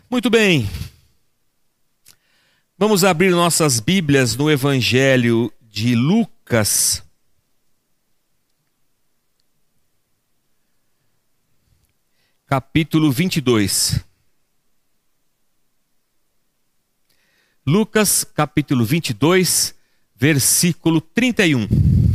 Muito bem, vamos abrir nossas Bíblias no Evangelho de Lucas, capítulo 22. Lucas, capítulo 22, versículo 31.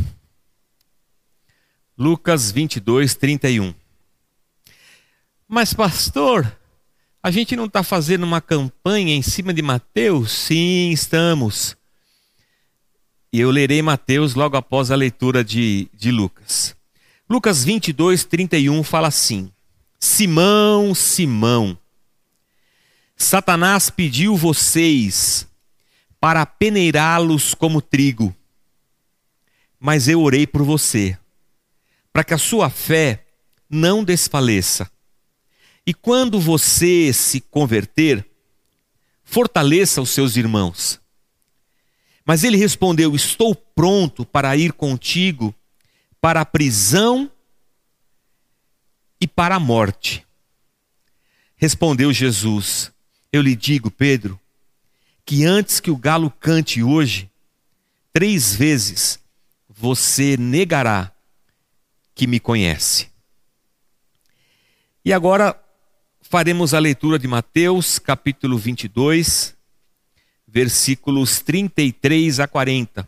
Lucas 22, 31. Mas pastor, a gente não está fazendo uma campanha em cima de Mateus? Sim, estamos. E eu lerei Mateus logo após a leitura de Lucas. Lucas 22, 31 fala assim: Simão, Simão, Satanás pediu vocês para peneirá-los como trigo. Mas eu orei por você, para que a sua fé não desfaleça. E quando você se converter, fortaleça os seus irmãos. Mas ele respondeu: estou pronto para ir contigo para a prisão e para a morte. Respondeu Jesus: eu lhe digo, Pedro, que antes que o galo cante hoje, 3 vezes você negará que me conhece. E agora faremos a leitura de Mateus, capítulo 22, versículos 33 a 40.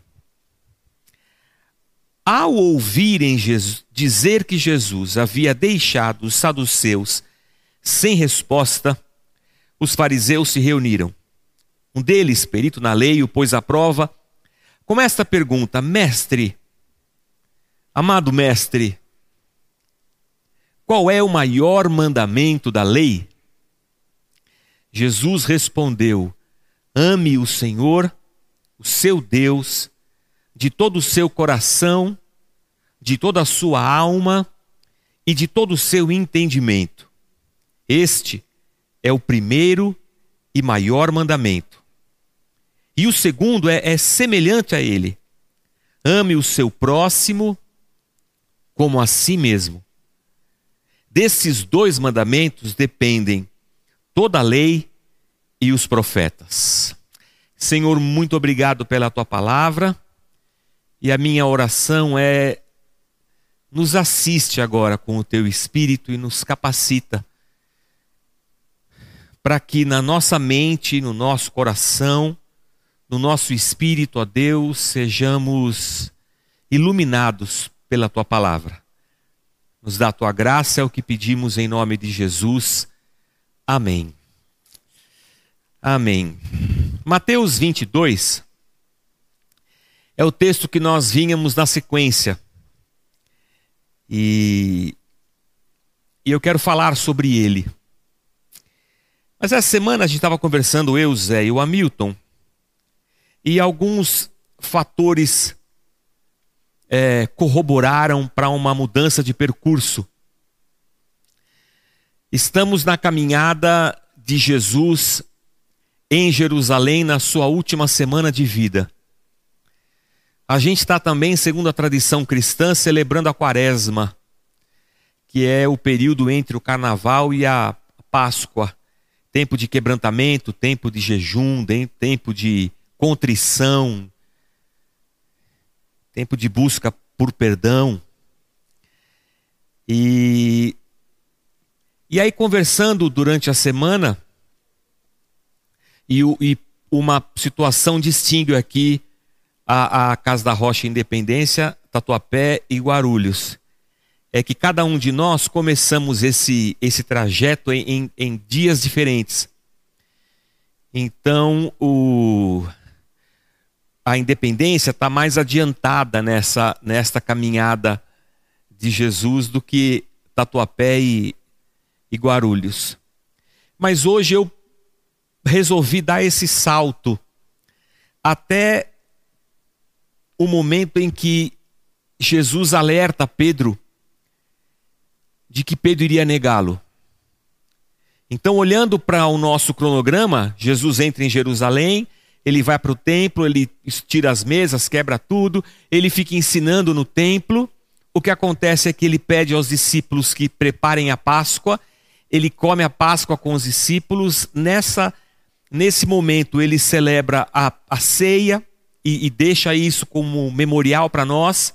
Ao ouvirem dizer que Jesus havia deixado os saduceus sem resposta, os fariseus se reuniram. Um deles, perito na lei, o pôs à prova com esta pergunta: Mestre, amado mestre, qual é o maior mandamento da lei? Jesus respondeu: ame o Senhor, o seu Deus, de todo o seu coração, de toda a sua alma e de todo o seu entendimento. Este é o primeiro e maior mandamento. E o segundo é semelhante a ele: ame o seu próximo como a si mesmo. Desses 2 mandamentos dependem toda a lei e os profetas. Senhor, muito obrigado pela tua palavra. E a minha oração é: nos assiste agora com o teu Espírito e nos capacita para que na nossa mente, no nosso coração, no nosso espírito, ó Deus, sejamos iluminados pela tua palavra. Nos dá a tua graça, é o que pedimos em nome de Jesus. Amém. Amém. Mateus 22 é o texto que nós vínhamos na sequência. E eu quero falar sobre ele. Mas essa semana a gente estava conversando, eu, Zé e o Hamilton, e alguns fatores corroboraram para uma mudança de percurso. Estamos na caminhada de Jesus em Jerusalém na sua última semana de vida. A gente está também, segundo a tradição cristã, celebrando a Quaresma, que é o período entre o Carnaval e a Páscoa. Tempo de quebrantamento, tempo de jejum, tempo de contrição, tempo de busca por perdão. E aí, conversando durante a semana, e uma situação distingue aqui a Casa da Rocha, Independência, Tatuapé e Guarulhos. É que cada um de nós começamos esse trajeto em dias diferentes. Então, a Independência está mais adiantada nesta caminhada de Jesus do que Tatuapé e Guarulhos. Mas hoje eu resolvi dar esse salto até o momento em que Jesus alerta Pedro de que Pedro iria negá-lo. Então, olhando para o nosso cronograma, Jesus entra em Jerusalém, ele vai para o templo, ele tira as mesas, quebra tudo, ele fica ensinando no templo. O que acontece é que ele pede aos discípulos que preparem a Páscoa, ele come a Páscoa com os discípulos. Nesse momento ele celebra a ceia e deixa isso como memorial para nós.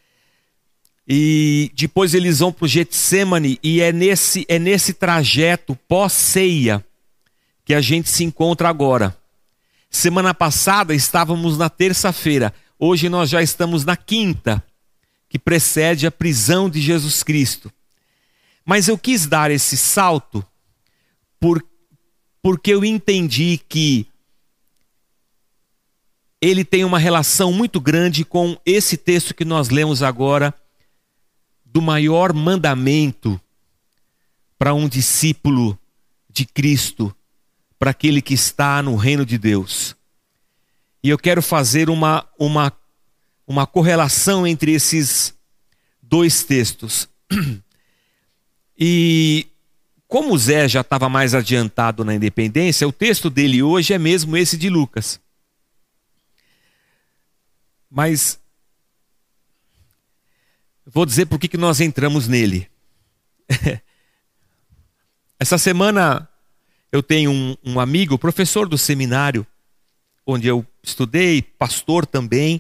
E depois eles vão para o Getsêmani, e é nesse trajeto pós-ceia que a gente se encontra agora. Semana passada estávamos na terça-feira, hoje nós já estamos na quinta, que precede a prisão de Jesus Cristo. Mas eu quis dar esse salto porque eu entendi que ele tem uma relação muito grande com esse texto que nós lemos agora, do maior mandamento para um discípulo de Cristo, para aquele que está no reino de Deus. E eu quero fazer uma correlação entre esses dois textos. E como o Zé já estava mais adiantado na independência, o texto dele hoje é mesmo esse de Lucas. Mas vou dizer por que nós entramos nele. Essa semana eu tenho um amigo, professor do seminário, onde eu estudei, pastor também,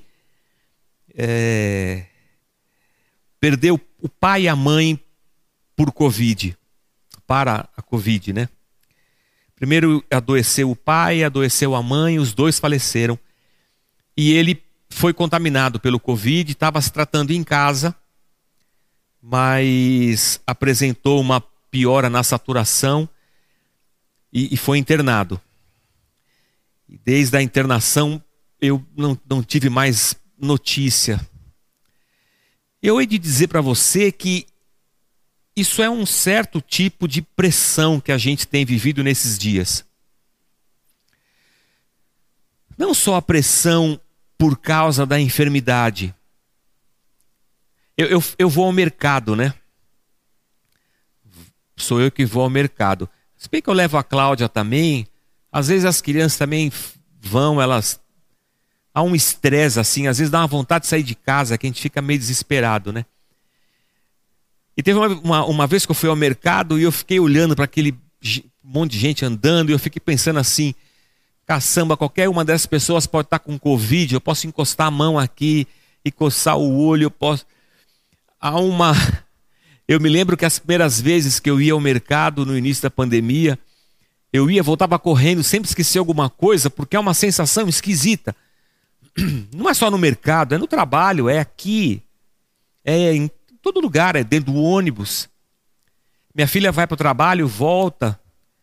perdeu o pai e a mãe por Covid, para a Covid, né? Primeiro adoeceu o pai, adoeceu a mãe, os dois faleceram. E ele foi contaminado pelo Covid, estava se tratando em casa, mas apresentou uma piora na saturação e foi internado. E desde a internação eu não tive mais notícia. Eu hei de dizer para você que isso é um certo tipo de pressão que a gente tem vivido nesses dias. Não só a pressão por causa da enfermidade. Eu vou ao mercado, né? Sou eu que vou ao mercado. Se bem que eu levo a Cláudia também, às vezes as crianças também vão, elas... Há um estresse assim, às vezes dá uma vontade de sair de casa, que a gente fica meio desesperado, né? E teve uma vez que eu fui ao mercado e eu fiquei olhando para aquele monte de gente andando, e eu fiquei pensando assim, caçamba, qualquer uma dessas pessoas pode estar com Covid, eu posso encostar a mão aqui e coçar o olho, eu posso... Eu me lembro que as primeiras vezes que eu ia ao mercado no início da pandemia, voltava correndo, sempre esqueci alguma coisa, porque é uma sensação esquisita. Não é só no mercado, é no trabalho, é aqui, é em todo lugar, é dentro do ônibus. Minha filha vai para o trabalho, volta.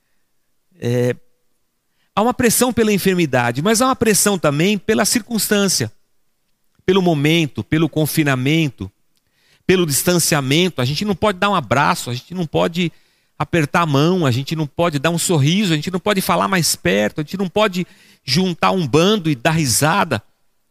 Há uma pressão pela enfermidade, mas há uma pressão também pela circunstância, pelo momento, pelo confinamento, pelo distanciamento. A gente não pode dar um abraço, a gente não pode apertar a mão, a gente não pode dar um sorriso, a gente não pode falar mais perto, a gente não pode juntar um bando e dar risada.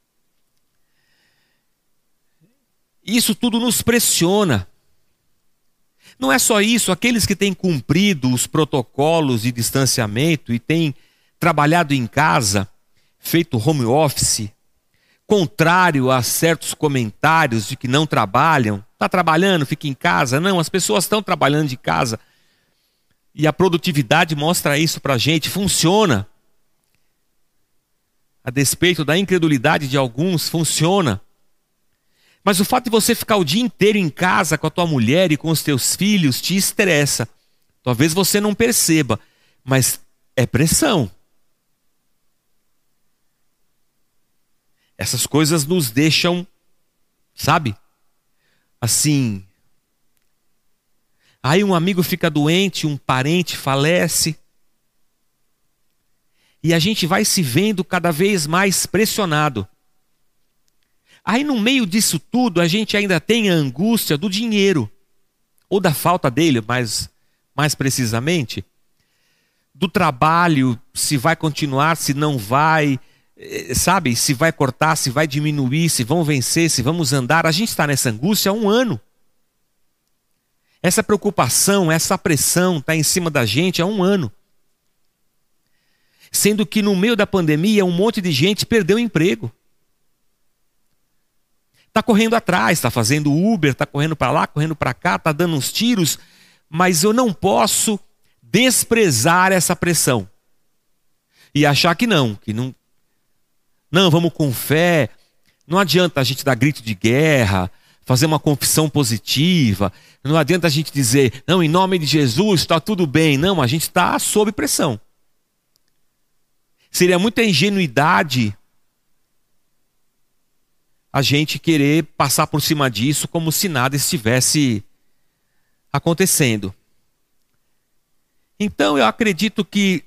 Isso tudo nos pressiona. Não é só isso, aqueles que têm cumprido os protocolos de distanciamento e têm trabalhado em casa, feito home office, contrário a certos comentários de que não trabalham. Está trabalhando, fica em casa. Não, as pessoas estão trabalhando de casa. E a produtividade mostra isso para a gente, funciona. A despeito da incredulidade de alguns, funciona. Mas o fato de você ficar o dia inteiro em casa com a tua mulher e com os teus filhos te estressa. Talvez você não perceba, mas é pressão. Essas coisas nos deixam, sabe? Assim. Aí um amigo fica doente, um parente falece. E a gente vai se vendo cada vez mais pressionado. Aí no meio disso tudo, a gente ainda tem a angústia do dinheiro. Ou da falta dele, mais precisamente. Do trabalho, se vai continuar, se não vai. Sabe, se vai cortar, se vai diminuir, se vão vencer, se vamos andar. A gente está nessa angústia há um ano. Essa preocupação, essa pressão está em cima da gente há um ano. Sendo que no meio da pandemia, um monte de gente perdeu o emprego. Está correndo atrás, está fazendo Uber, está correndo para lá, correndo para cá, está dando uns tiros, mas eu não posso desprezar essa pressão e achar que não, não, vamos com fé. Não adianta a gente dar grito de guerra, fazer uma confissão positiva. Não adianta a gente dizer, não, em nome de Jesus está tudo bem. Não, a gente está sob pressão. Seria muita ingenuidade a gente querer passar por cima disso como se nada estivesse acontecendo. Então eu acredito que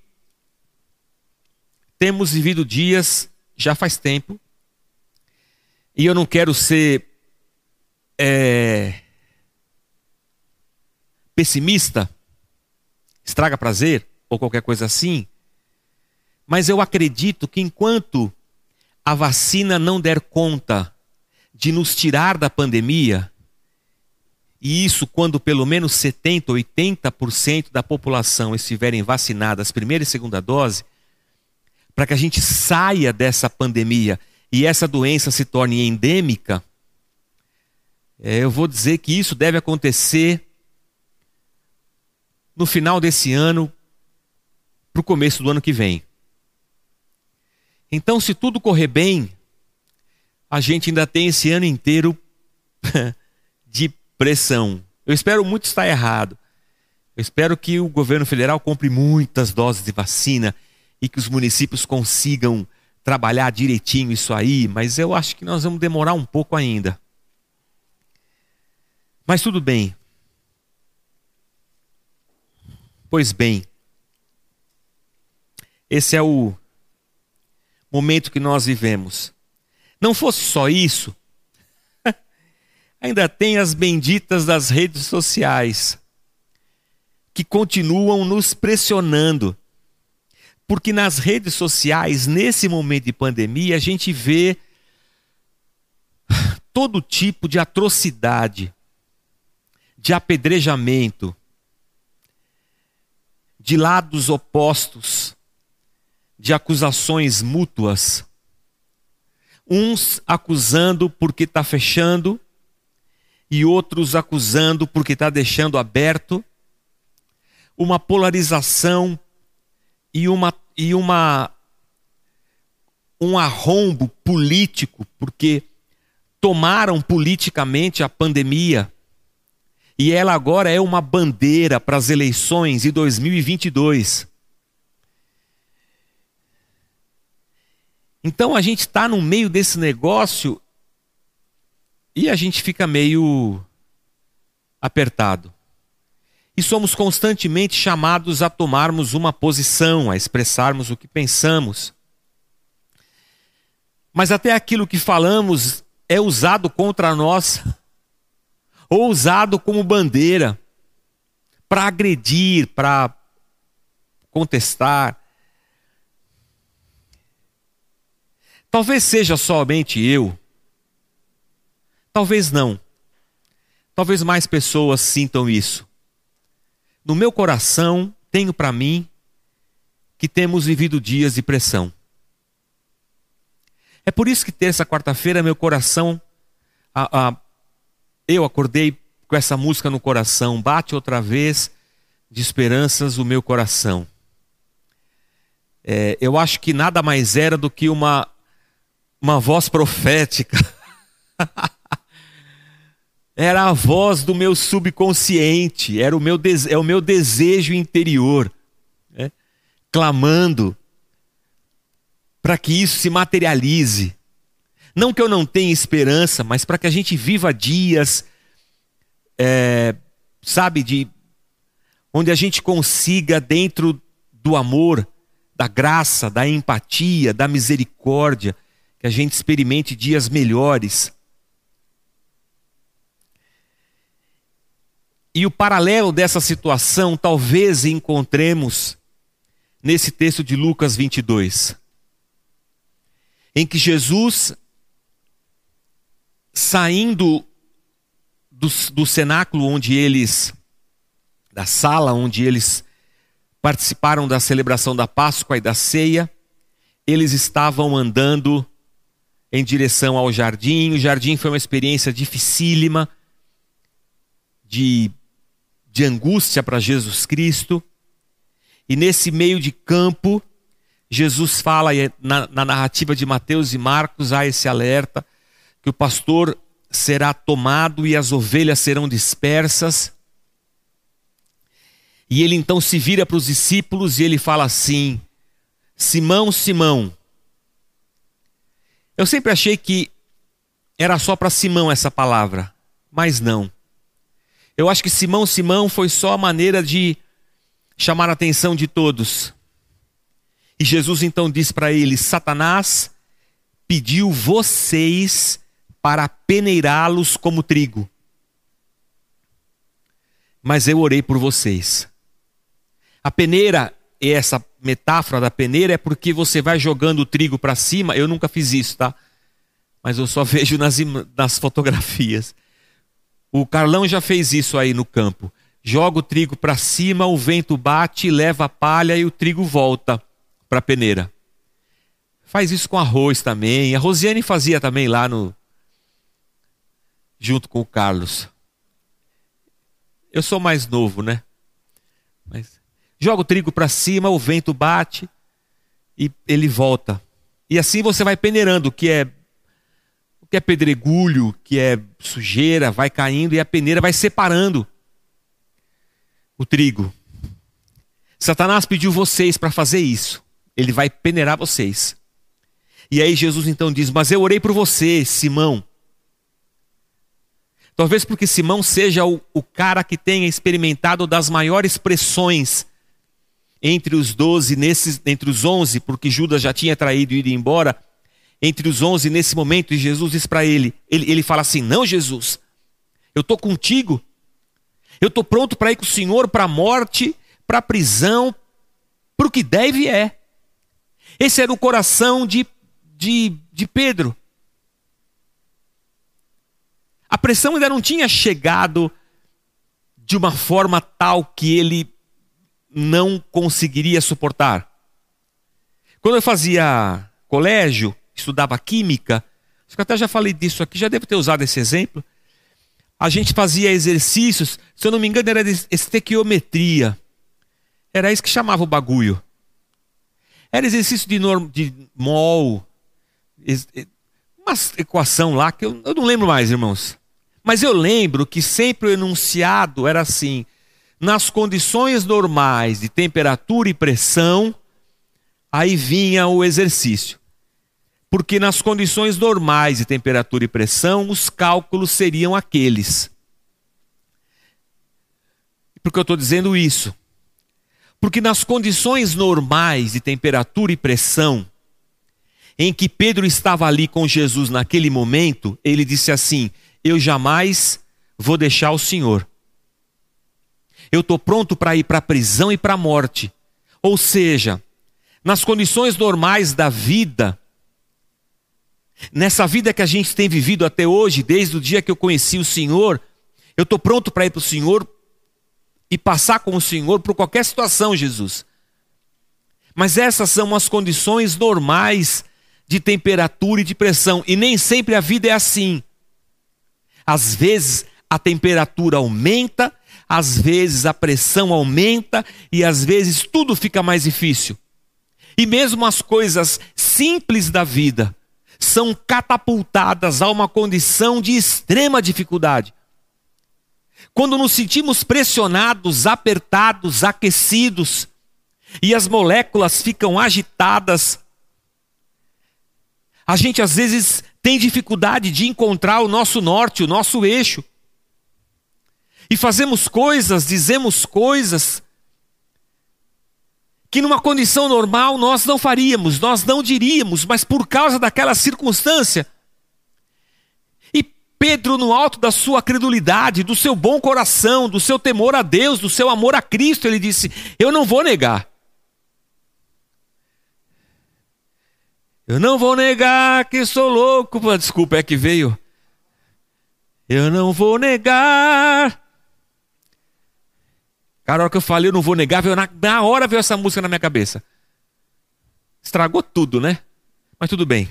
temos vivido dias, já faz tempo, e eu não quero ser pessimista, estraga prazer, ou qualquer coisa assim, mas eu acredito que enquanto a vacina não der conta de nos tirar da pandemia, e isso quando pelo menos 70%, 80% da população estiverem vacinadas, primeira e segunda dose, para que a gente saia dessa pandemia e essa doença se torne endêmica, eu vou dizer que isso deve acontecer no final desse ano, para o começo do ano que vem. Então, se tudo correr bem, a gente ainda tem esse ano inteiro de pressão. Eu espero muito estar errado. Eu espero que o governo federal compre muitas doses de vacina e que os municípios consigam trabalhar direitinho isso aí, mas eu acho que nós vamos demorar um pouco ainda. Mas tudo bem. Pois bem, esse é o momento que nós vivemos. Não fosse só isso, ainda tem as benditas das redes sociais, que continuam nos pressionando. Porque nas redes sociais, nesse momento de pandemia, a gente vê todo tipo de atrocidade, de apedrejamento, de lados opostos, de acusações mútuas. Uns acusando porque está fechando e outros acusando porque está deixando aberto. Uma polarização e um arrombo político, porque tomaram politicamente a pandemia e ela agora é uma bandeira para as eleições de 2022. Então a gente está no meio desse negócio e a gente fica meio apertado. E somos constantemente chamados a tomarmos uma posição, a expressarmos o que pensamos. Mas até aquilo que falamos é usado contra nós, ou usado como bandeira, para agredir, para contestar. Talvez seja somente eu, talvez não. Talvez mais pessoas sintam isso. No meu coração, tenho para mim que temos vivido dias de pressão. É por isso que terça, quarta-feira, meu coração, eu acordei com essa música no coração, bate outra vez de esperanças o meu coração. Eu acho que nada mais era do que uma voz profética. Era a voz do meu subconsciente, é o meu desejo interior, né? Clamando para que isso se materialize. Não que eu não tenha esperança, mas para que a gente viva dias, onde a gente consiga, dentro do amor, da graça, da empatia, da misericórdia, que a gente experimente dias melhores. E o paralelo dessa situação talvez encontremos nesse texto de Lucas 22, em que Jesus, saindo do cenáculo da sala onde eles participaram da celebração da Páscoa e da ceia, eles estavam andando em direção ao jardim. O jardim foi uma experiência dificílima, de angústia para Jesus Cristo. E nesse meio de campo, Jesus fala, na narrativa de Mateus e Marcos, há esse alerta, que o pastor será tomado e as ovelhas serão dispersas. E ele então se vira para os discípulos e ele fala assim: Simão, Simão. Eu sempre achei que era só para Simão essa palavra, mas não. Eu acho que Simão, Simão foi só a maneira de chamar a atenção de todos. E Jesus então diz para ele: Satanás pediu vocês para peneirá-los como trigo. Mas eu orei por vocês. A peneira, e essa metáfora da peneira, é porque você vai jogando o trigo para cima. Eu nunca fiz isso, tá? Mas eu só vejo nas fotografias. O Carlão já fez isso aí no campo. Joga o trigo para cima, o vento bate, leva a palha e o trigo volta para a peneira. Faz isso com arroz também. A Rosiane fazia também lá junto com o Carlos. Eu sou mais novo, né? Mas joga o trigo para cima, o vento bate e ele volta. E assim você vai peneirando, o que é pedregulho, o que é sujeira, vai caindo e a peneira vai separando o trigo. Satanás pediu vocês para fazer isso. Ele vai peneirar vocês. E aí Jesus então diz: mas eu orei por você, Simão. Talvez porque Simão seja o cara que tenha experimentado das maiores pressões entre os 12, entre os 11, porque Judas já tinha traído e ido embora. Entre os 11, nesse momento, e Jesus diz para ele fala assim: não, Jesus, eu estou contigo. Eu estou pronto para ir com o Senhor para a morte, para a prisão, para o que deve é. Esse era o coração de Pedro. A pressão ainda não tinha chegado de uma forma tal que ele não conseguiria suportar. Quando eu fazia colégio, estudava química, acho que até já falei disso aqui, já devo ter usado esse exemplo. A gente fazia exercícios, se eu não me engano era de estequiometria. Era isso que chamava o bagulho. Era exercício de mol, uma equação lá que eu não lembro mais, irmãos. Mas eu lembro que sempre o enunciado era assim: nas condições normais de temperatura e pressão, aí vinha o exercício. Porque nas condições normais de temperatura e pressão, os cálculos seriam aqueles. Por que eu estou dizendo isso? Porque nas condições normais de temperatura e pressão, em que Pedro estava ali com Jesus naquele momento, ele disse assim: eu jamais vou deixar o Senhor. Eu estou pronto para ir para a prisão e para a morte. Ou seja, nas condições normais da vida, nessa vida que a gente tem vivido até hoje, desde o dia que eu conheci o Senhor, eu estou pronto para ir para o Senhor e passar com o Senhor por qualquer situação, Jesus. Mas essas são as condições normais de temperatura e de pressão. E nem sempre a vida é assim. Às vezes a temperatura aumenta, às vezes a pressão aumenta e às vezes tudo fica mais difícil. E mesmo as coisas simples da vida são catapultadas a uma condição de extrema dificuldade. Quando nos sentimos pressionados, apertados, aquecidos, e as moléculas ficam agitadas, a gente às vezes tem dificuldade de encontrar o nosso norte, o nosso eixo. E fazemos coisas, dizemos coisas que numa condição normal nós não faríamos, nós não diríamos, mas por causa daquela circunstância. E Pedro, no alto da sua credulidade, do seu bom coração, do seu temor a Deus, do seu amor a Cristo, ele disse: eu não vou negar. Eu não vou negar que sou louco. Desculpa, é que veio. Eu não vou negar. Cara, a hora que eu falei, eu não vou negar, na hora veio essa música na minha cabeça. Estragou tudo, né? Mas tudo bem.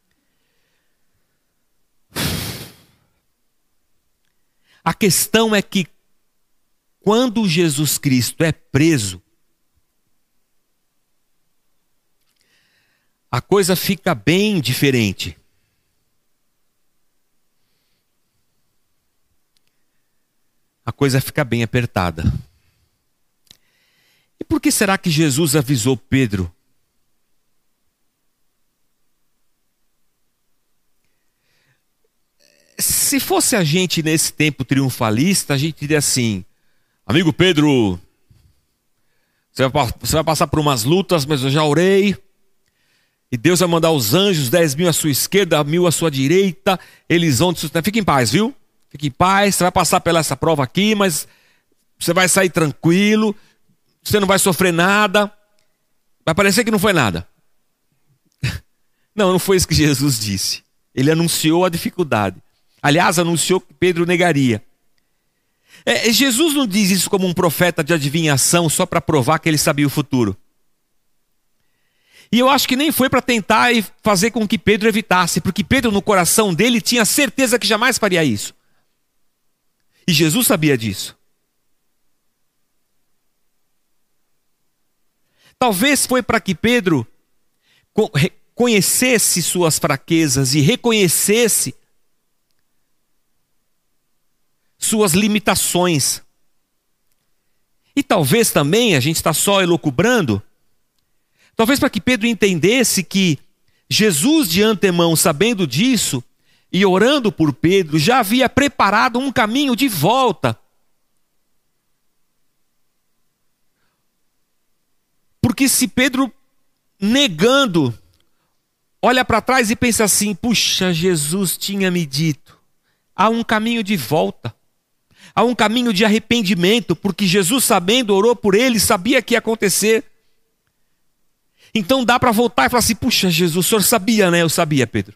A questão é que quando Jesus Cristo é preso, a coisa fica bem diferente. A coisa fica bem apertada. E por que será que Jesus avisou Pedro? Se fosse a gente nesse tempo triunfalista, a gente diria assim: amigo Pedro, você vai passar por umas lutas, mas eu já orei. E Deus vai mandar os anjos, 10.000 à sua esquerda, 1.000 à sua direita. Eles vão te sustentar. Fique em paz, viu? Fique em paz, você vai passar pela essa prova aqui, mas você vai sair tranquilo. Você não vai sofrer nada. Vai parecer que não foi nada. Não foi isso que Jesus disse. Ele anunciou a dificuldade. Aliás, anunciou que Pedro negaria. Jesus não diz isso como um profeta de adivinhação só para provar que ele sabia o futuro. E eu acho que nem foi para tentar fazer com que Pedro evitasse, porque Pedro no coração dele tinha certeza que jamais faria isso. E Jesus sabia disso. Talvez foi para que Pedro conhecesse suas fraquezas e reconhecesse suas limitações. E talvez também, a gente está só elucubrando, talvez para que Pedro entendesse que Jesus de antemão, sabendo disso e orando por Pedro, já havia preparado um caminho de volta. Porque se Pedro, negando, olha para trás e pensa assim: puxa, Jesus tinha me dito, há um caminho de volta. Há um caminho de arrependimento, porque Jesus, sabendo, orou por ele, sabia que ia acontecer. Então dá para voltar e falar assim: puxa, Jesus, o senhor sabia, né? Eu sabia, Pedro.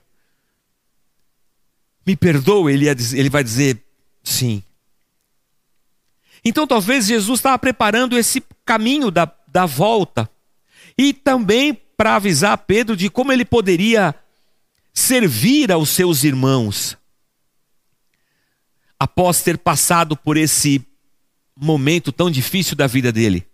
Me perdoa, ele vai dizer sim. Então talvez Jesus estava preparando esse caminho da volta. E também para avisar Pedro de como ele poderia servir aos seus irmãos. Após ter passado por esse momento tão difícil da vida dele.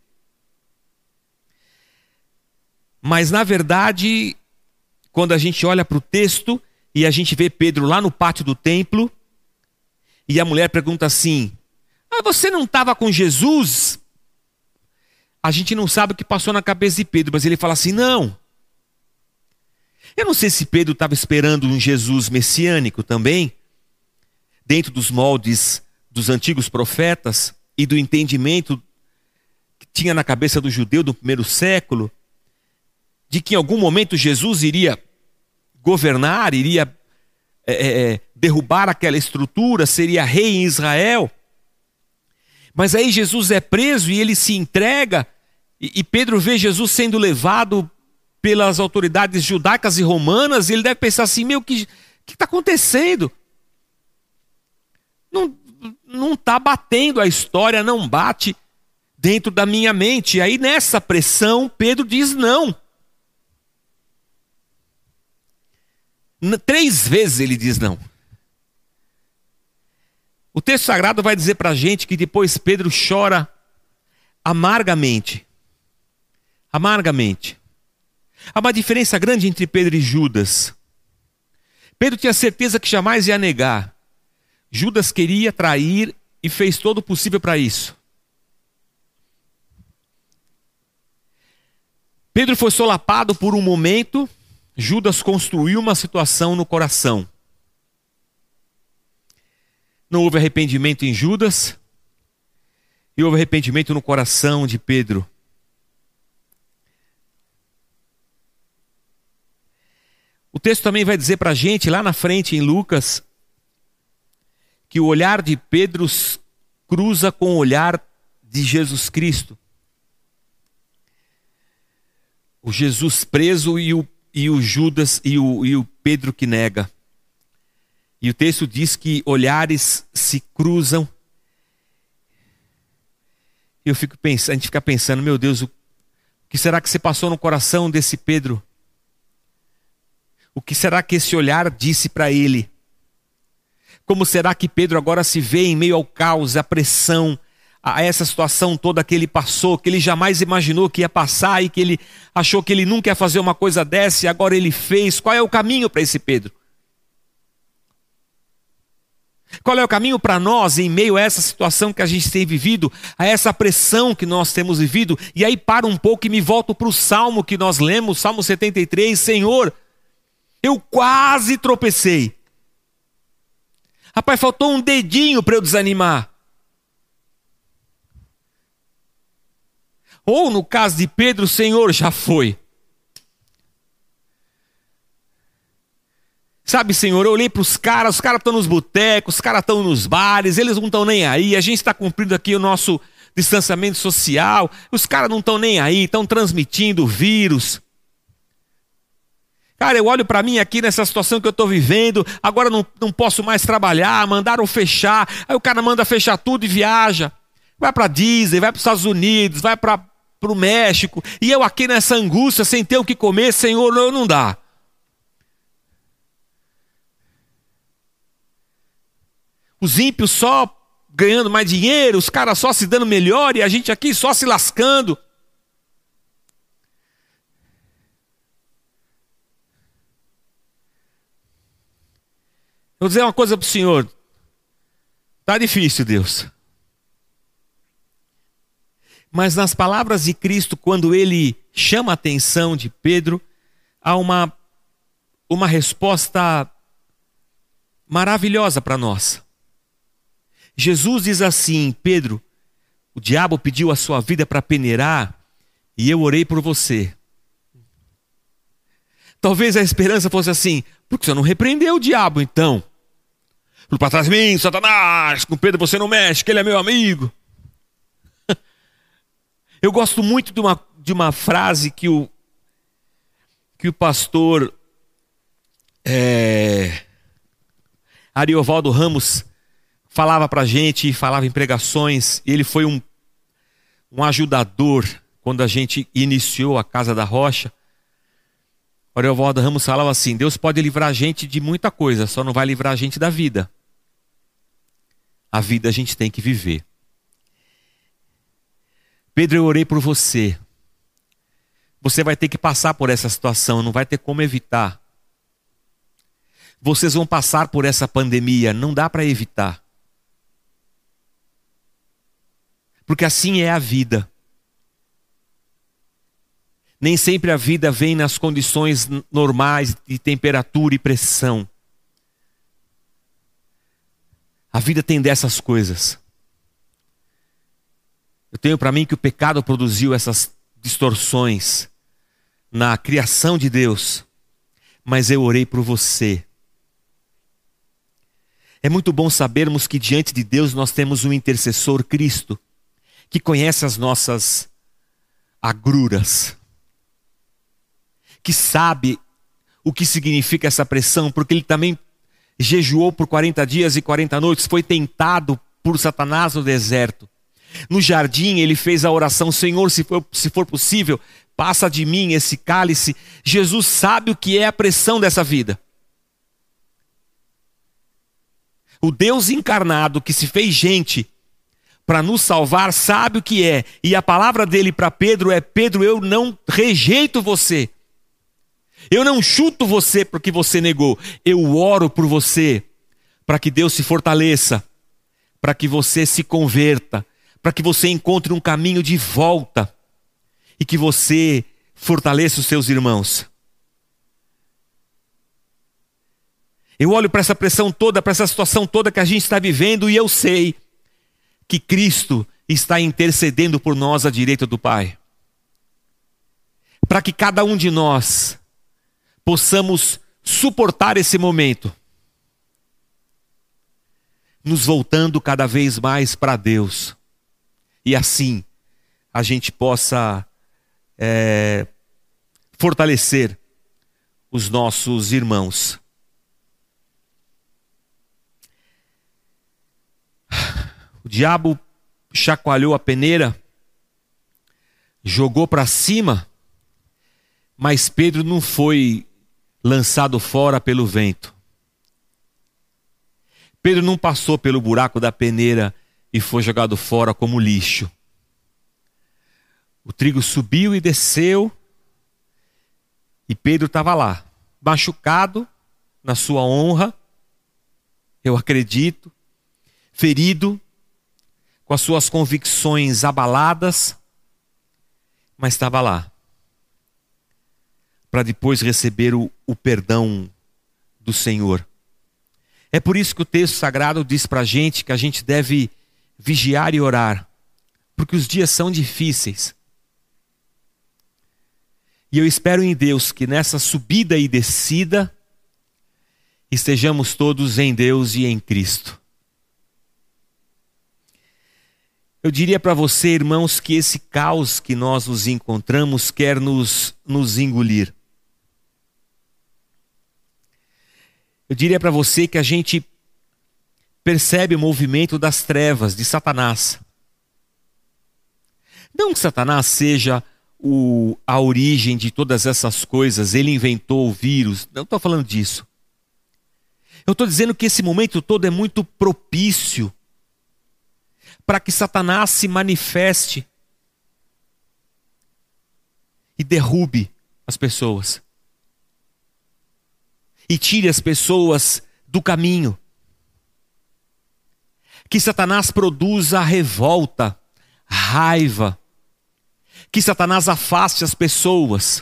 Mas na verdade, quando a gente olha para o texto e a gente vê Pedro lá no pátio do templo, e a mulher pergunta assim: você não estava com Jesus? A gente não sabe o que passou na cabeça de Pedro, mas ele fala assim: não. Eu não sei se Pedro estava esperando um Jesus messiânico também, dentro dos moldes dos antigos profetas e do entendimento que tinha na cabeça do judeu do primeiro século, de que em algum momento Jesus iria governar, iria derrubar aquela estrutura, seria rei em Israel. Mas aí Jesus é preso e ele se entrega, e Pedro vê Jesus sendo levado pelas autoridades judaicas e romanas, e ele deve pensar assim: o que está acontecendo? Não está batendo a história, não bate dentro da minha mente. E aí nessa pressão, Pedro diz não. 3 vezes ele diz não. O texto sagrado vai dizer para a gente que depois Pedro chora amargamente. Amargamente. Há uma diferença grande entre Pedro e Judas. Pedro tinha certeza que jamais ia negar. Judas queria trair e fez todo o possível para isso. Pedro foi solapado por um momento. Judas construiu uma situação no coração. Não houve arrependimento em Judas e houve arrependimento no coração de Pedro. O texto também vai dizer para a gente, lá na frente em Lucas, que o olhar de Pedro cruza com o olhar de Jesus Cristo. O Jesus preso e o Judas e o Pedro que nega. E o texto diz que olhares se cruzam. E a gente fica pensando: meu Deus, o que será que se passou no coração desse Pedro? O que será que esse olhar disse para ele? Como será que Pedro agora se vê em meio ao caos, à pressão, a essa situação toda que ele passou, que ele jamais imaginou que ia passar e que ele achou que ele nunca ia fazer uma coisa dessa e agora ele fez. Qual é o caminho para esse Pedro? Qual é o caminho para nós em meio a essa situação que a gente tem vivido, a essa pressão que nós temos vivido? E aí paro um pouco e me volto para o Salmo que nós lemos, Salmo 73, Senhor, eu quase tropecei. Rapaz, faltou um dedinho para eu desanimar. Ou no caso de Pedro, Senhor, já foi. Sabe, Senhor, eu olhei para os caras estão nos botecos, os caras estão nos bares, eles não estão nem aí, a gente está cumprindo aqui o nosso distanciamento social, os caras não estão nem aí, estão transmitindo o vírus. Cara, eu olho para mim aqui nessa situação que eu estou vivendo, agora não posso mais trabalhar, mandaram fechar, aí o cara manda fechar tudo e viaja. Vai para Disney, vai para os Estados Unidos, vai para o México, e eu aqui nessa angústia, sem ter o que comer, Senhor, não dá. Os ímpios só ganhando mais dinheiro, os caras só se dando melhor e a gente aqui só se lascando. Eu vou dizer uma coisa para o Senhor. Está difícil, Deus. Mas nas palavras de Cristo, quando ele chama a atenção de Pedro, há uma resposta maravilhosa para nós. Jesus diz assim: Pedro, o diabo pediu a sua vida para peneirar e eu orei por você. Talvez a esperança fosse assim: por que você não repreendeu o diabo então? Para trás de mim, Satanás, com Pedro você não mexe, que ele é meu amigo. Eu gosto muito de uma frase que o pastor Ariovaldo Ramos falava para a gente, falava em pregações. Ele foi um ajudador quando a gente iniciou a Casa da Rocha. O Ariovaldo Ramos falava assim: Deus pode livrar a gente de muita coisa, só não vai livrar a gente da vida. A vida a gente tem que viver. Pedro, eu orei por você. Você vai ter que passar por essa situação, não vai ter como evitar. Vocês vão passar por essa pandemia, não dá para evitar. Porque assim é a vida. Nem sempre a vida vem nas condições normais de temperatura e pressão. A vida tem dessas coisas. Eu tenho para mim que o pecado produziu essas distorções na criação de Deus. Mas eu orei por você. É muito bom sabermos que diante de Deus nós temos um intercessor, Cristo, que conhece as nossas agruras, que sabe o que significa essa pressão, porque ele também jejuou por 40 dias e 40 noites, foi tentado por Satanás no deserto. No jardim ele fez a oração: Senhor, se for possível, passa de mim esse cálice. Jesus sabe o que é a pressão dessa vida. O Deus encarnado que se fez gente para nos salvar sabe o que é. E a palavra dele para Pedro é: Pedro, eu não rejeito você. Eu não chuto você porque você negou. Eu oro por você para que Deus se fortaleça, para que você se converta, para que você encontre um caminho de volta e que você fortaleça os seus irmãos. Eu olho para essa pressão toda, para essa situação toda que a gente está vivendo e eu sei que Cristo está intercedendo por nós à direita do Pai. Para que cada um de nós possamos suportar esse momento, nos voltando cada vez mais para Deus. E assim a gente possa fortalecer os nossos irmãos. O diabo chacoalhou a peneira, jogou para cima, mas Pedro não foi lançado fora pelo vento. Pedro não passou pelo buraco da peneira e foi jogado fora como lixo. O trigo subiu e desceu, e Pedro estava lá, machucado na sua honra, eu acredito, ferido, com as suas convicções abaladas, mas estava lá, para depois receber o perdão do Senhor. É por isso que o texto sagrado diz para a gente que a gente deve vigiar e orar, porque os dias são difíceis. E eu espero em Deus que nessa subida e descida, estejamos todos em Deus e em Cristo. Eu diria para você, irmãos, que esse caos que nós nos encontramos quer nos engolir. Eu diria para você que a gente percebe o movimento das trevas, de Satanás. Não que Satanás seja a origem de todas essas coisas, ele inventou o vírus, não estou falando disso. Eu estou dizendo que esse momento todo é muito propício para que Satanás se manifeste e derrube as pessoas. E tire as pessoas do caminho. Que Satanás produza revolta, raiva. Que Satanás afaste as pessoas.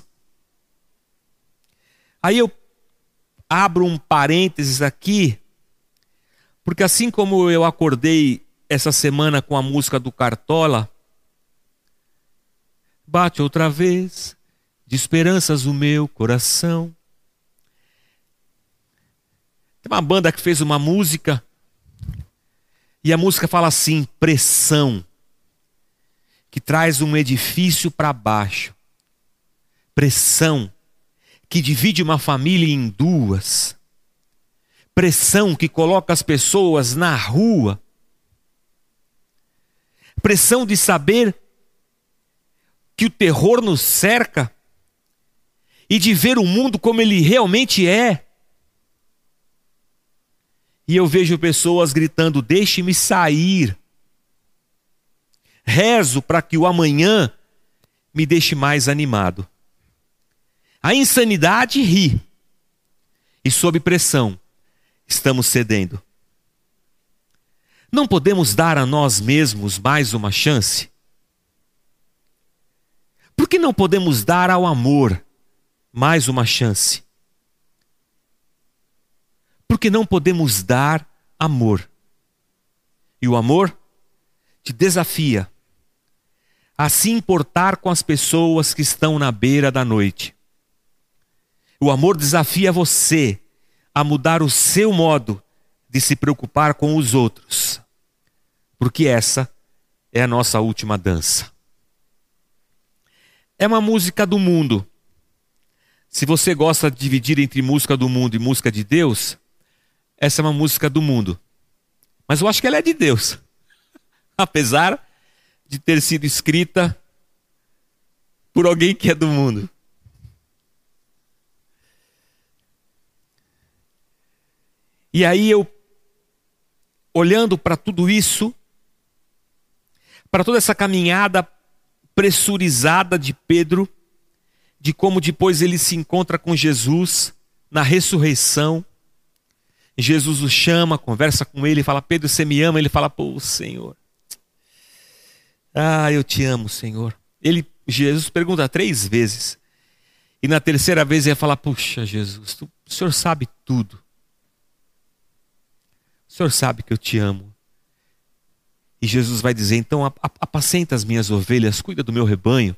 Aí eu abro um parênteses aqui, porque assim como eu acordei essa semana com a música do Cartola, bate outra vez, de esperanças o meu coração. Tem uma banda que fez uma música, e a música fala assim, pressão, que traz um edifício para baixo. Pressão, que divide uma família em duas. Pressão que coloca as pessoas na rua. Pressão de saber que o terror nos cerca e de ver o mundo como ele realmente é. E eu vejo pessoas gritando, deixe-me sair. Rezo para que o amanhã me deixe mais animado. A insanidade ri. E sob pressão, estamos cedendo. Não podemos dar a nós mesmos mais uma chance? Por que não podemos dar ao amor mais uma chance? Porque não podemos dar amor. E o amor te desafia a se importar com as pessoas que estão na beira da noite. O amor desafia você a mudar o seu modo de se preocupar com os outros. Porque essa é a nossa última dança. É uma música do mundo. Se você gosta de dividir entre música do mundo e música de Deus, essa é uma música do mundo. Mas eu acho que ela é de Deus. Apesar de ter sido escrita por alguém que é do mundo. E aí eu, olhando para tudo isso, para toda essa caminhada pressurizada de Pedro, de como depois ele se encontra com Jesus na ressurreição, Jesus o chama, conversa com ele, fala, Pedro, você me ama? Ele fala, pô, Senhor, eu te amo, Senhor. Jesus pergunta 3 vezes, e na terceira vez ele fala, puxa, Jesus, o Senhor sabe tudo. O Senhor sabe que eu te amo. E Jesus vai dizer, então apacenta as minhas ovelhas, cuida do meu rebanho.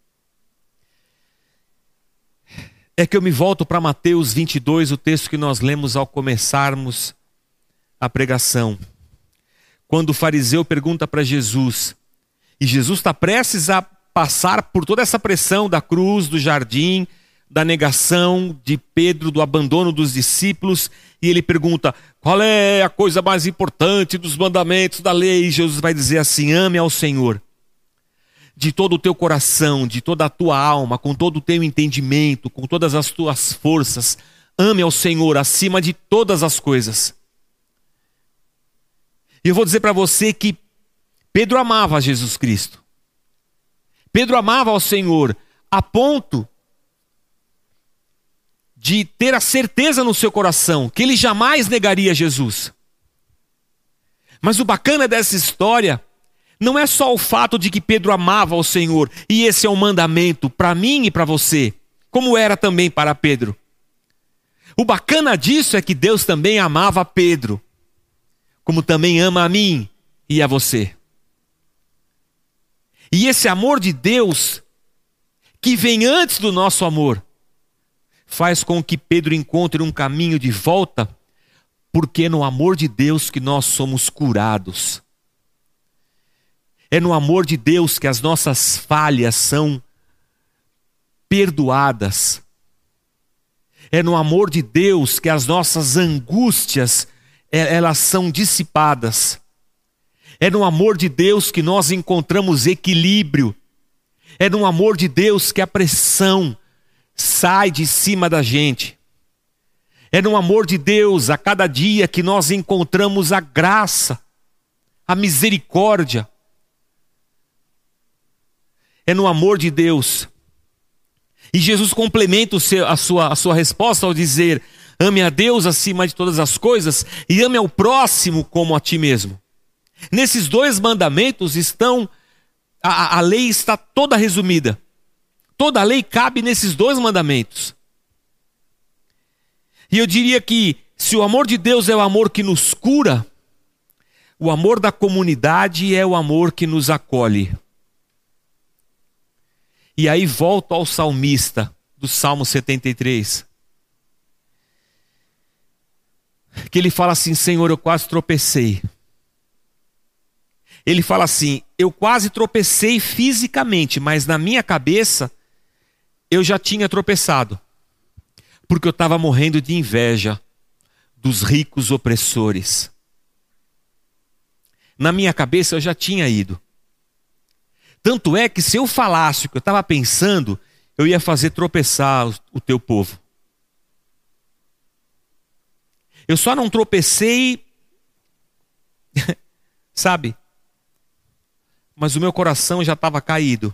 É que eu me volto para Mateus 22, o texto que nós lemos ao começarmos a pregação. Quando o fariseu pergunta para Jesus, e Jesus está prestes a passar por toda essa pressão da cruz, do jardim, da negação de Pedro, do abandono dos discípulos, e ele pergunta, qual é a coisa mais importante dos mandamentos da lei? E Jesus vai dizer assim, ame ao Senhor de todo o teu coração, de toda a tua alma, com todo o teu entendimento, com todas as tuas forças. Ame ao Senhor acima de todas as coisas. E eu vou dizer para você que Pedro amava Jesus Cristo. Pedro amava ao Senhor a ponto de ter a certeza no seu coração que ele jamais negaria Jesus. Mas o bacana dessa história não é só o fato de que Pedro amava ao Senhor, e esse é um mandamento para mim e para você, como era também para Pedro. O bacana disso é que Deus também amava Pedro, como também ama a mim e a você. E esse amor de Deus, que vem antes do nosso amor, faz com que Pedro encontre um caminho de volta, porque é no amor de Deus que nós somos curados. É no amor de Deus que as nossas falhas são perdoadas. É no amor de Deus que as nossas angústias, elas são dissipadas. É no amor de Deus que nós encontramos equilíbrio. É no amor de Deus que a pressão sai de cima da gente. É no amor de Deus, a cada dia, que nós encontramos a graça, a misericórdia. É no amor de Deus. E Jesus complementa a sua resposta ao dizer: ame a Deus acima de todas as coisas e ame ao próximo como a ti mesmo. Nesses dois mandamentos estão, a lei está toda resumida. Toda a lei cabe nesses dois mandamentos. E eu diria que se o amor de Deus é o amor que nos cura, o amor da comunidade é o amor que nos acolhe. E aí volto ao salmista do Salmo 73. Que ele fala assim: Senhor, eu quase tropecei. Ele fala assim: eu quase tropecei fisicamente, mas na minha cabeça eu já tinha tropeçado. Porque eu estava morrendo de inveja dos ricos opressores. Na minha cabeça eu já tinha ido. Tanto é que se eu falasse o que eu estava pensando, eu ia fazer tropeçar o teu povo. Eu só não tropecei, sabe? Mas o meu coração já estava caído.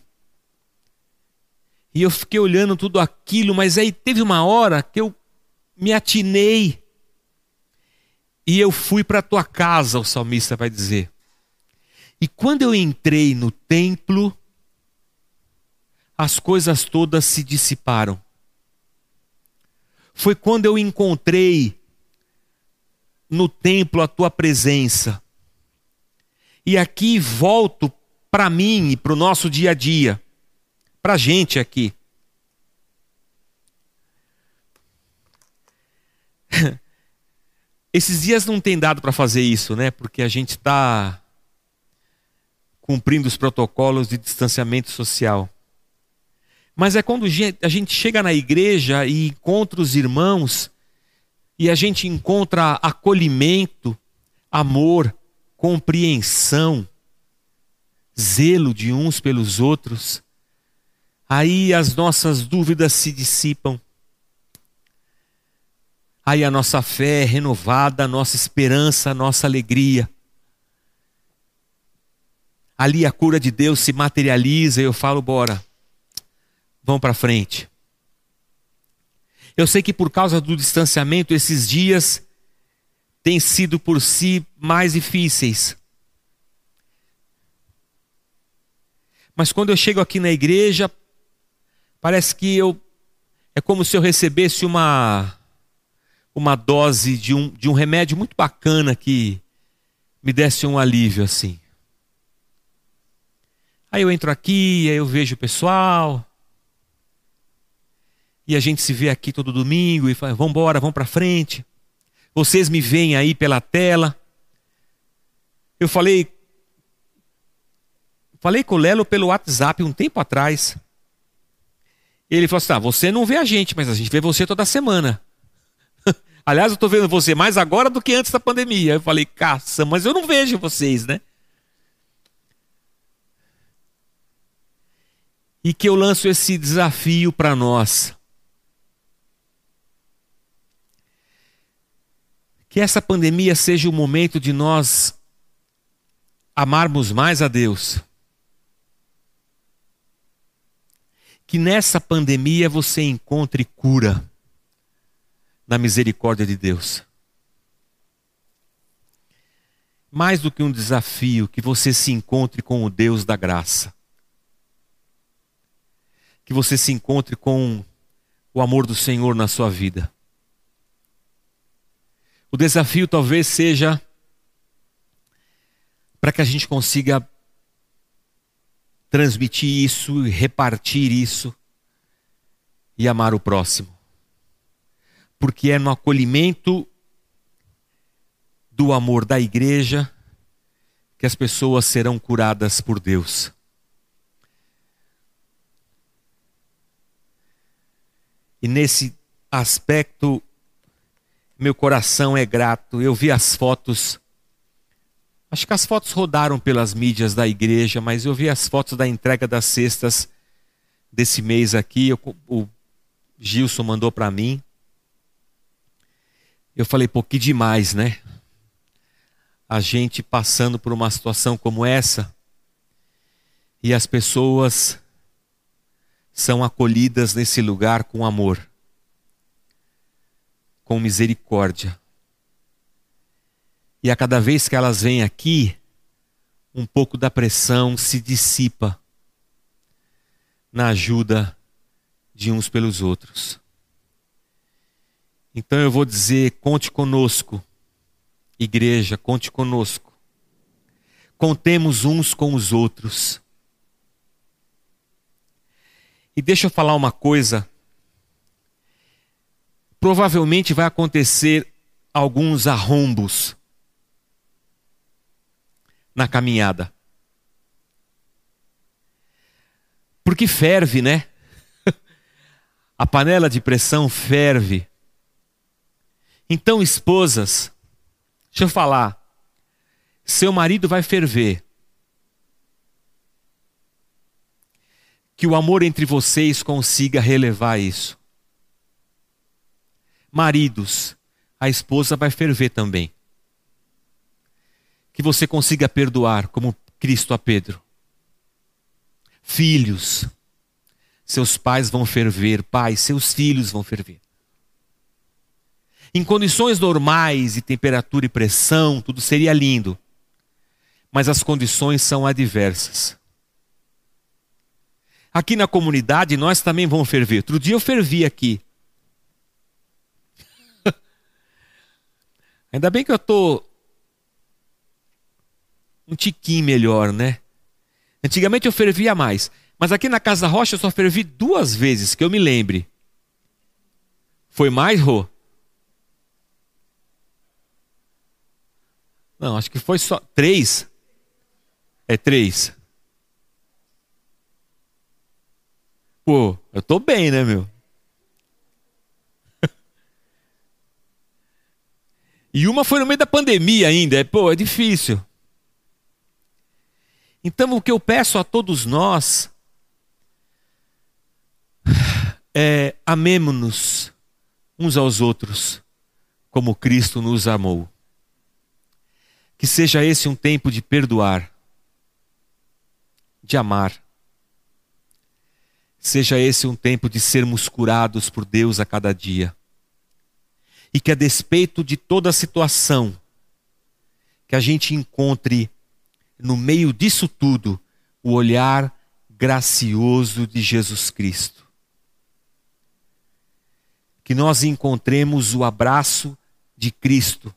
E eu fiquei olhando tudo aquilo, mas aí teve uma hora que eu me atinei. E eu fui para a tua casa, o salmista vai dizer. E quando eu entrei no templo, as coisas todas se dissiparam. Foi quando eu encontrei no templo a tua presença. E aqui volto para mim e para o nosso dia a dia, para a gente aqui. Esses dias não tem dado para fazer isso, né? Porque a gente está cumprindo os protocolos de distanciamento social. Mas é quando a gente chega na igreja e encontra os irmãos, e a gente encontra acolhimento, amor, compreensão, zelo de uns pelos outros. Aí as nossas dúvidas se dissipam. Aí a nossa fé é renovada, a nossa esperança, a nossa alegria. Ali a cura de Deus se materializa e eu falo: bora, vamos para frente. Eu sei que por causa do distanciamento, esses dias têm sido por si mais difíceis. Mas quando eu chego aqui na igreja, parece que é como se eu recebesse uma dose de um remédio muito bacana que me desse um alívio assim. Aí eu entro aqui, aí eu vejo o pessoal, e a gente se vê aqui todo domingo e fala: vamos embora, vamos para frente. Vocês me veem aí pela tela. Eu falei com o Lelo pelo WhatsApp um tempo atrás. Ele falou assim: você não vê a gente, mas a gente vê você toda semana. Aliás, eu estou vendo você mais agora do que antes da pandemia. Eu falei: caça, mas eu não vejo vocês, né? E que eu lanço esse desafio para nós. Que essa pandemia seja o momento de nós amarmos mais a Deus. Que nessa pandemia você encontre cura na misericórdia de Deus. Mais do que um desafio, que você se encontre com o Deus da graça. Que você se encontre com o amor do Senhor na sua vida. O desafio talvez seja para que a gente consiga transmitir isso e repartir isso e amar o próximo. Porque é no acolhimento do amor da igreja que as pessoas serão curadas por Deus. E nesse aspecto, meu coração é grato. Eu vi as fotos. Acho que as fotos rodaram pelas mídias da igreja, mas eu vi as fotos da entrega das cestas desse mês aqui. O Gilson mandou para mim. Eu falei, pô, que demais, né? A gente passando por uma situação como essa e as pessoas são acolhidas nesse lugar com amor, com misericórdia. E a cada vez que elas vêm aqui, um pouco da pressão se dissipa na ajuda de uns pelos outros. Então eu vou dizer, conte conosco, igreja, conte conosco. Contemos uns com os outros. E deixa eu falar uma coisa. Provavelmente vai acontecer alguns arrombos na caminhada. Porque ferve, né? A panela de pressão ferve. Então, esposas, deixa eu falar. Seu marido vai ferver. Que o amor entre vocês consiga relevar isso. Maridos, a esposa vai ferver também. Que você consiga perdoar como Cristo a Pedro. Filhos, seus pais vão ferver. Pais, seus filhos vão ferver. Em condições normais, e temperatura e pressão, tudo seria lindo. Mas as condições são adversas. Aqui na comunidade, nós também vamos ferver. Outro dia eu fervi aqui. Ainda bem que eu estou um tiquinho melhor, né? Antigamente eu fervia mais. Mas aqui na Casa Rocha eu só fervi 2 vezes, que eu me lembre. Foi mais, Rô? Não, acho que foi só 3. É 3. Pô, eu tô bem, né, meu? E uma foi no meio da pandemia ainda. Pô, é difícil. Então o que eu peço a todos nós é amemo-nos uns aos outros como Cristo nos amou. Que seja esse um tempo de perdoar, de amar. Seja esse um tempo de sermos curados por Deus a cada dia. E que a despeito de toda a situação, que a gente encontre no meio disso tudo o olhar gracioso de Jesus Cristo. Que nós encontremos o abraço de Cristo,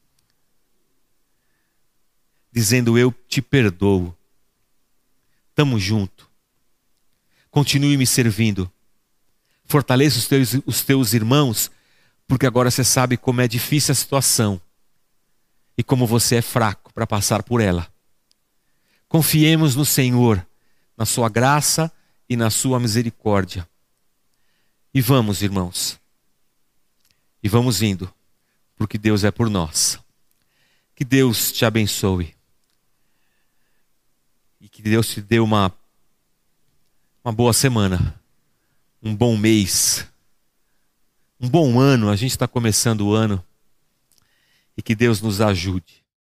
dizendo, eu te perdoo. Tamo junto. Continue me servindo. Fortaleça os teus irmãos, porque agora você sabe como é difícil a situação e como você é fraco para passar por ela. Confiemos no Senhor, na sua graça e na sua misericórdia. E vamos, irmãos. E vamos indo, porque Deus é por nós. Que Deus te abençoe. E que Deus te dê uma boa semana, um bom mês, um bom ano. A gente está começando o ano. E que Deus nos ajude.